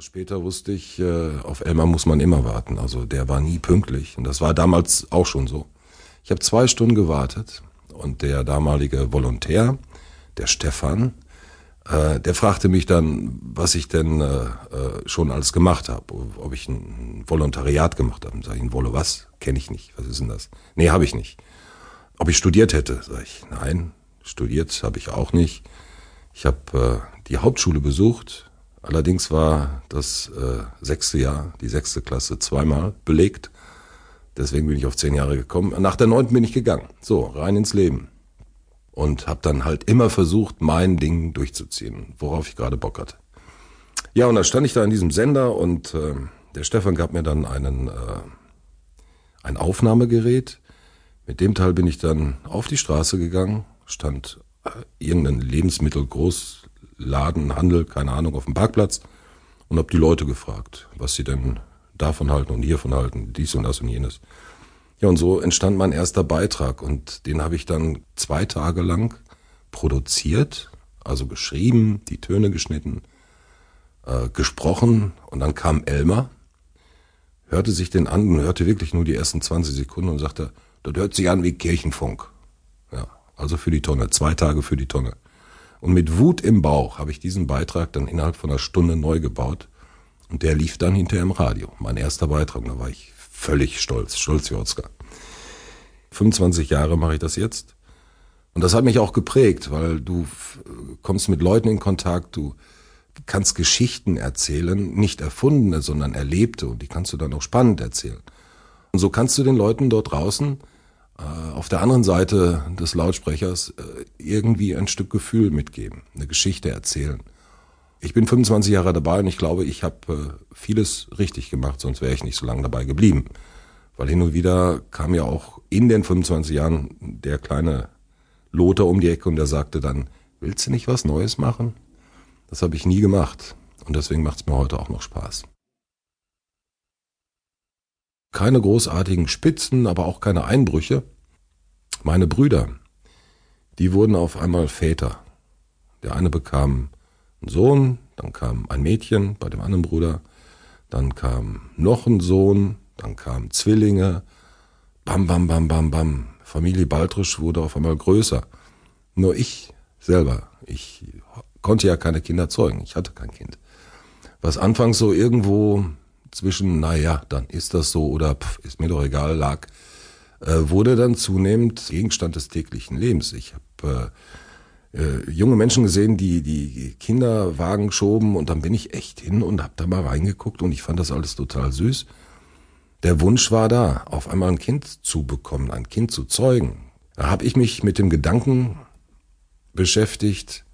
später wusste ich, auf Elmar muss man immer warten. Also der war nie pünktlich. Und das war damals auch schon so. Ich habe 2 Stunden gewartet und der damalige Volontär, der Stefan, der fragte mich dann, was ich denn schon alles gemacht habe. Ob ich ein Volontariat gemacht habe. Sag ich, Wolle, was? Kenne ich nicht. Was ist denn das? Nee, habe ich nicht. Ob ich studiert hätte? Sag ich, nein, studiert habe ich auch nicht. Ich habe die Hauptschule besucht. Allerdings war das 6. Jahr, die 6. Klasse, 2-mal belegt. Deswegen bin ich auf 10 Jahre gekommen. Nach der 9. bin ich gegangen. So, rein ins Leben. Und habe dann halt immer versucht, mein Ding durchzuziehen, worauf ich gerade Bock hatte. Ja, und dann stand ich da in diesem Sender und der Stefan gab mir dann ein Aufnahmegerät. Mit dem Teil bin ich dann auf die Straße gegangen, stand irgendein Lebensmittelgroßladen, Handel, keine Ahnung, auf dem Parkplatz und habe die Leute gefragt, was sie denn davon halten und hiervon halten, dies und das und jenes. Ja, und so entstand mein erster Beitrag und den habe ich dann 2 Tage lang produziert, also geschrieben, die Töne geschnitten, gesprochen und dann kam Elmar, hörte sich den an und hörte wirklich nur die ersten 20 Sekunden und sagte, das hört sich an wie Kirchenfunk. Ja, also für die Tonne, 2 Tage für die Tonne. Und mit Wut im Bauch habe ich diesen Beitrag dann innerhalb von einer Stunde neu gebaut und der lief dann hinterher im Radio. Mein erster Beitrag, da war ich völlig stolz wie Oskar. 25 Jahre mache ich das jetzt. Und das hat mich auch geprägt, weil du kommst mit Leuten in Kontakt, du kannst Geschichten erzählen, nicht erfundene, sondern erlebte und die kannst du dann auch spannend erzählen. Und so kannst du den Leuten dort draußen auf der anderen Seite des Lautsprechers irgendwie ein Stück Gefühl mitgeben, eine Geschichte erzählen. Ich bin 25 Jahre dabei und ich glaube, ich habe vieles richtig gemacht, sonst wäre ich nicht so lange dabei geblieben. Weil hin und wieder kam ja auch in den 25 Jahren der kleine Lothar um die Ecke und der sagte dann, willst du nicht was Neues machen? Das habe ich nie gemacht und deswegen macht es mir heute auch noch Spaß. Keine großartigen Spitzen, aber auch keine Einbrüche. Meine Brüder, die wurden auf einmal Väter. Der eine bekam einen Sohn, dann kam ein Mädchen bei dem anderen Bruder, dann kam noch ein Sohn, dann kamen Zwillinge, bam, bam, bam, bam, bam. Familie Baltrisch wurde auf einmal größer. Nur ich selber, ich konnte ja keine Kinder zeugen, ich hatte kein Kind. Was anfangs so irgendwo zwischen, naja, dann ist das so oder ist mir doch egal, lag, wurde dann zunehmend Gegenstand des täglichen Lebens. Ich habe junge Menschen gesehen, die Kinderwagen schoben und dann bin ich echt hin und habe da mal reingeguckt und ich fand das alles total süß. Der Wunsch war da, auf einmal ein Kind zu bekommen, ein Kind zu zeugen. Da habe ich mich mit dem Gedanken beschäftigt,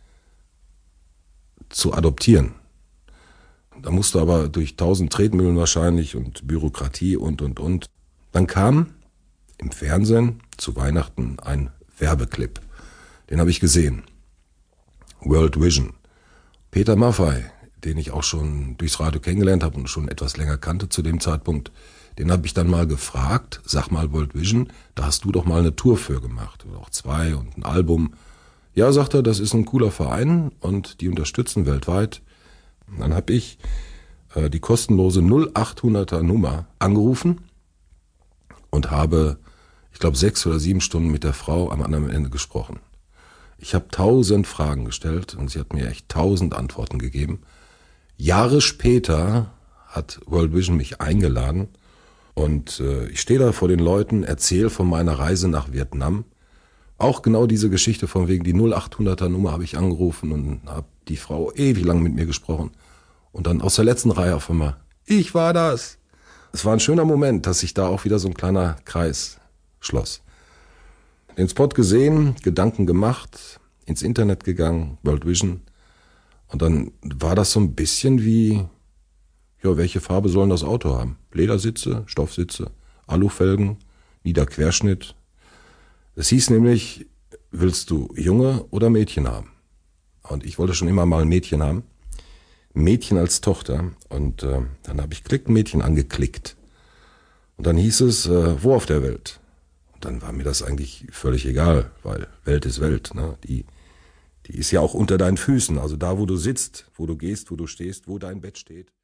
zu adoptieren. Da musste aber durch 1000 Tretmühlen wahrscheinlich und Bürokratie und. Dann kam im Fernsehen zu Weihnachten ein Werbeclip. Den habe ich gesehen. World Vision. Peter Maffay, den ich auch schon durchs Radio kennengelernt habe und schon etwas länger kannte zu dem Zeitpunkt, den habe ich dann mal gefragt, sag mal World Vision, da hast du doch mal eine Tour für gemacht oder auch 2 und ein Album. Ja, sagt er, das ist ein cooler Verein und die unterstützen weltweit. Und dann habe ich die kostenlose 0800er Nummer angerufen und habe, ich glaube, 6 oder 7 Stunden mit der Frau am anderen Ende gesprochen. Ich habe 1000 Fragen gestellt und sie hat mir echt 1000 Antworten gegeben. Jahre später hat World Vision mich eingeladen und ich stehe da vor den Leuten, erzähle von meiner Reise nach Vietnam. Auch genau diese Geschichte von wegen die 0800er Nummer habe ich angerufen und habe die Frau ewig lang mit mir gesprochen. Und dann aus der letzten Reihe auf einmal, ich war das. Es war ein schöner Moment, dass sich da auch wieder so ein kleiner Kreis schloss. Den Spot gesehen, Gedanken gemacht, ins Internet gegangen, World Vision. Und dann war das so ein bisschen wie, ja, welche Farbe sollen das Auto haben? Ledersitze, Stoffsitze, Alufelgen, Niederquerschnitt. Es hieß nämlich, willst du Junge oder Mädchen haben? Und ich wollte schon immer mal ein Mädchen haben. Mädchen als Tochter. Und dann habe ich Mädchen angeklickt. Und dann hieß es, wo auf der Welt? Und dann war mir das eigentlich völlig egal, weil Welt ist Welt. Ne? Die ist ja auch unter deinen Füßen. Also da, wo du sitzt, wo du gehst, wo du stehst, wo dein Bett steht.